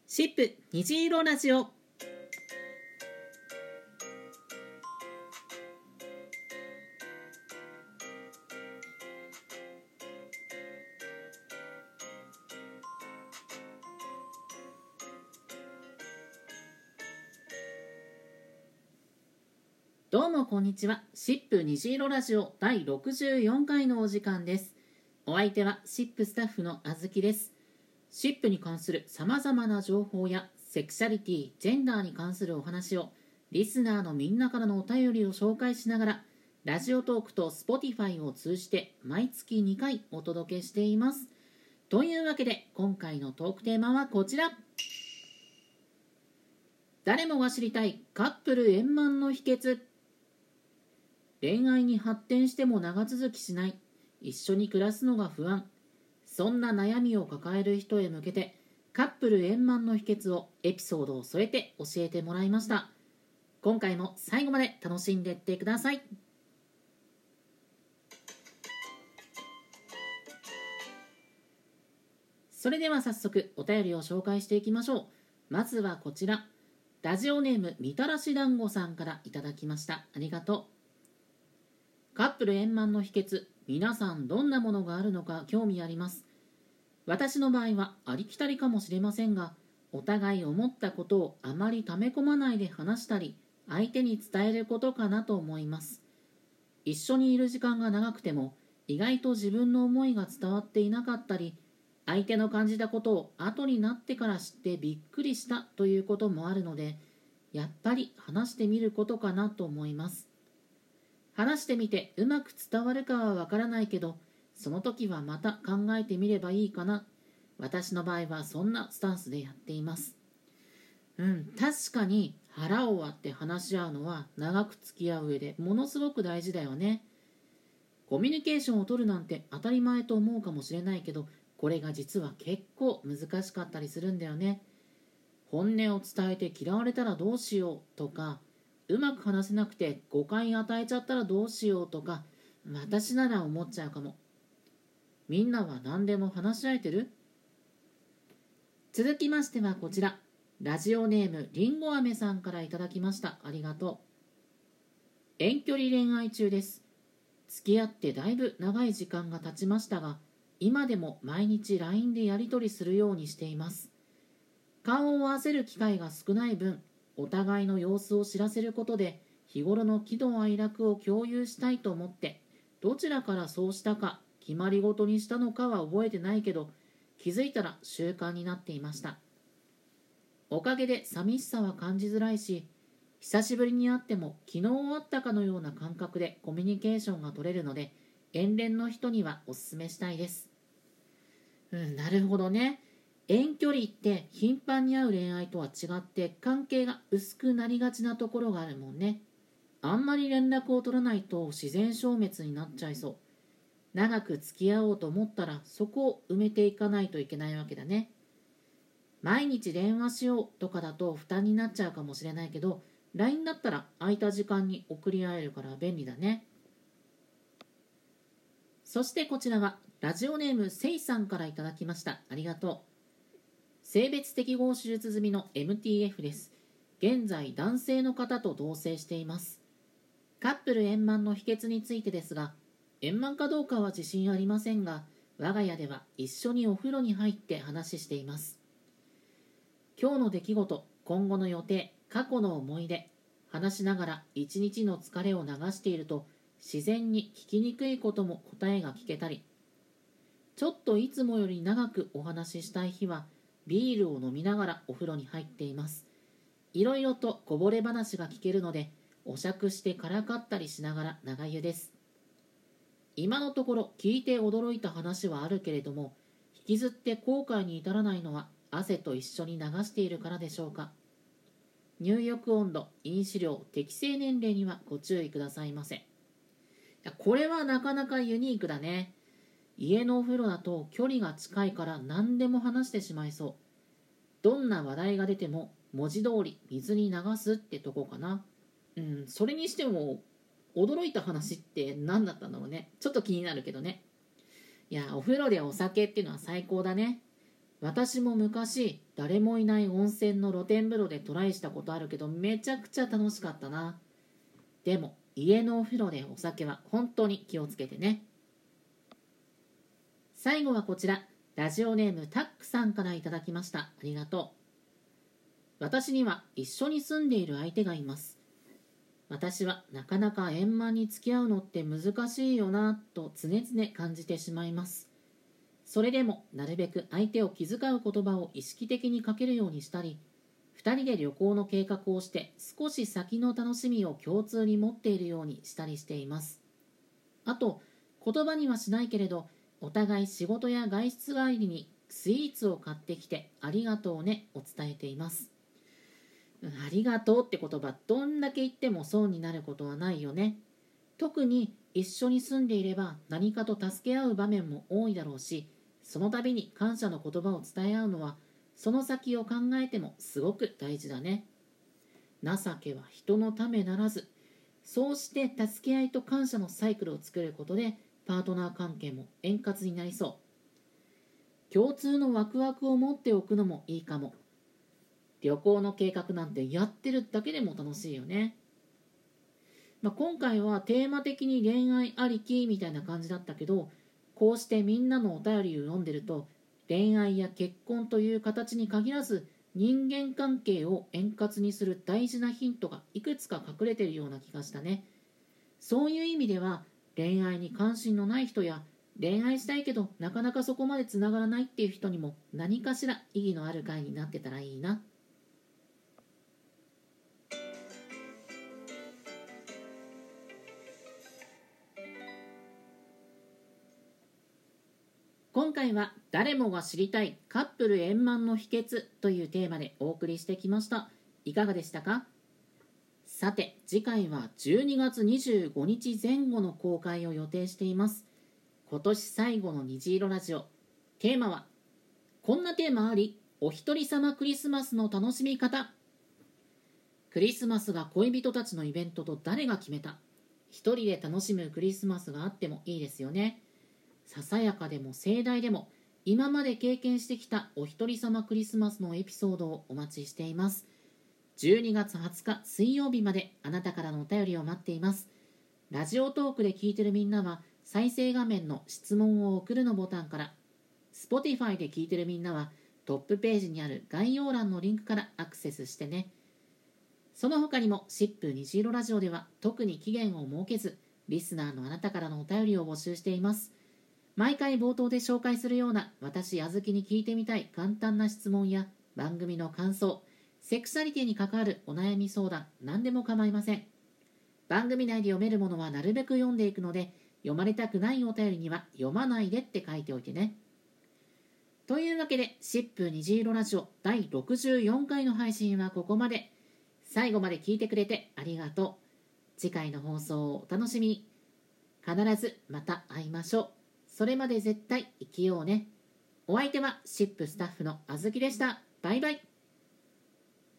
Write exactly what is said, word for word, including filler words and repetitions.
シップ虹色ラジオ。どうもこんにちは。シップ虹色ラジオだいろくじゅうよんかいのお時間です。お相手はシップスタッフのあずきです。シップに関するさまざまな情報やセクシャリティ、ジェンダーに関するお話をリスナーのみんなからのお便りを紹介しながらラジオトークと Spotify を通じて毎月にかいお届けしています。というわけで今回のトークテーマはこちら。誰もが知りたいカップル円満の秘訣。恋愛に発展しても長続きしない、一緒に暮らすのが不安、そんな悩みを抱える人へ向けてカップル円満の秘訣をエピソードを添えて教えてもらいました。今回も最後まで楽しんでいってください。それでは早速お便りを紹介していきましょう。まずはこちら、ラジオネームみたらし団子さんからいただきました。ありがとう。カップル円満の秘訣、皆さんどんなものがあるのか興味あります。私の場合はありきたりかもしれませんが、お互い思ったことをあまり溜め込まないで話したり、相手に伝えることかなと思います。一緒にいる時間が長くても、意外と自分の思いが伝わっていなかったり、相手の感じたことを後になってから知ってびっくりしたということもあるので、やっぱり話してみることかなと思います。話してみてうまく伝わるかはわからないけど、その時はまた考えてみればいいかな。私の場合はそんなスタンスでやっています。うん、確かに腹を割って話し合うのは長く付き合う上でものすごく大事だよね。コミュニケーションを取るなんて当たり前と思うかもしれないけど、これが実は結構難しかったりするんだよね。本音を伝えて嫌われたらどうしようとか、うまく話せなくて誤解与えちゃったらどうしようとか、私なら思っちゃうかも。みんなは何でも話し合えてる？続きましてはこちら、ラジオネームりんご飴さんからいただきました。ありがとう。遠距離恋愛中です。付き合ってだいぶ長い時間が経ちましたが、今でも毎日 ライン でやり取りするようにしています。顔を合わせる機会が少ない分、お互いの様子を知らせることで日頃の喜怒哀楽を共有したいと思って、どちらからそうしたか決まり事にしたのかは覚えてないけど、気づいたら習慣になっていました。おかげで寂しさは感じづらいし、久しぶりに会っても昨日会ったかのような感覚でコミュニケーションが取れるので、遠恋の人にはおすすめしたいです。うん、なるほどね。遠距離って頻繁に会う恋愛とは違って関係が薄くなりがちなところがあるもんね。あんまり連絡を取らないと自然消滅になっちゃいそう。長く付き合おうと思ったらそこを埋めていかないといけないわけだね。毎日電話しようとかだと負担になっちゃうかもしれないけど、 ライン だったら空いた時間に送り合えるから便利だね。そしてこちらはラジオネームせいさんからいただきました。ありがとう。性別適合手術済みの エムティーエフ です。現在男性の方と同棲しています。カップル円満の秘訣についてですが、円満かどうかは自信ありませんが、我が家では一緒にお風呂に入って話しています。今日の出来事、今後の予定、過去の思い出、話しながら一日の疲れを流していると、自然に聞きにくいことも答えが聞けたり、ちょっといつもより長くお話ししたい日はビールを飲みながらお風呂に入っています。いろいろとこぼれ話が聞けるので、お酌してからかったりしながら長湯です。今のところ聞いて驚いた話はあるけれども、引きずって後悔に至らないのは汗と一緒に流しているからでしょうか。入浴温度、飲酒量、適正年齢にはご注意くださいませ。いや、これはなかなかユニークだね。家のお風呂だと距離が近いから何でも話してしまいそう。どんな話題が出ても文字通り水に流すってとこかな。うん、それにしても驚いた話って何だったんだろうね。ちょっと気になるけどね。いや、お風呂でお酒っていうのは最高だね。私も昔誰もいない温泉の露天風呂でトライしたことあるけど、めちゃくちゃ楽しかったな。でも家のお風呂でお酒は本当に気をつけてね。最後はこちら、ラジオネームタックさんからいただきました。ありがとう。私には一緒に住んでいる相手がいます。私はなかなか円満に付き合うのって難しいよなと常々感じてしまいます。それでもなるべく相手を気遣う言葉を意識的にかけるようにしたり、ふたりで旅行の計画をして少し先の楽しみを共通に持っているようにしたりしています。あと、言葉にはしないけれど、お互い仕事や外出帰りにスイーツを買ってきてありがとうねを伝えています。ありがとうって言葉、どんだけ言っても損になることはないよね。特に一緒に住んでいれば何かと助け合う場面も多いだろうし、その度に感謝の言葉を伝え合うのはその先を考えてもすごく大事だね。情けは人のためならず、そうして助け合いと感謝のサイクルを作ることでパートナー関係も円滑になりそう。共通のワクワクを持っておくのもいいかも。旅行の計画なんてやってるだけでも楽しいよね。まあ、今回はテーマ的に恋愛ありきみたいな感じだったけど、こうしてみんなのお便りを読んでると、恋愛や結婚という形に限らず人間関係を円滑にする大事なヒントがいくつか隠れているような気がしたね。そういう意味では、恋愛に関心のない人や恋愛したいけどなかなかそこまでつながらないっていう人にも何かしら意義のある回になってたらいいな。今回は誰もが知りたいカップル円満の秘訣というテーマでお送りしてきました。いかがでしたか？さて、次回はじゅうにがつにじゅうごにちぜん後の公開を予定しています。今年最後の虹色ラジオ。テーマは、こんなテーマあり？お一人様クリスマスの楽しみ方。クリスマスが恋人たちのイベントと誰が決めた？一人で楽しむクリスマスがあってもいいですよね。ささやかでも盛大でも、今まで経験してきたお一人様クリスマスのエピソードをお待ちしています。じゅうにがつはつか水曜日まであなたからのお便りを待っています。ラジオトークで聞いてるみんなは再生画面の質問を送るのボタンから、Spotify で聞いてるみんなはトップページにある概要欄のリンクからアクセスしてね。その他にもシップ虹色ラジオでは特に期限を設けず、リスナーのあなたからのお便りを募集しています。毎回冒頭で紹介するような私あずきに聞いてみたい簡単な質問や番組の感想、セクシャリティに関わるお悩み相談、何でも構いません。番組内で読めるものはなるべく読んでいくので、読まれたくないお便りには読まないでって書いておいてね。というわけで、シップ虹色ラジオだいろくじゅうよんかいの配信はここまで。最後まで聞いてくれてありがとう。次回の放送をお楽しみに。必ずまた会いましょう。それまで絶対生きようね。お相手はシップスタッフのあずきでした。バイバイ。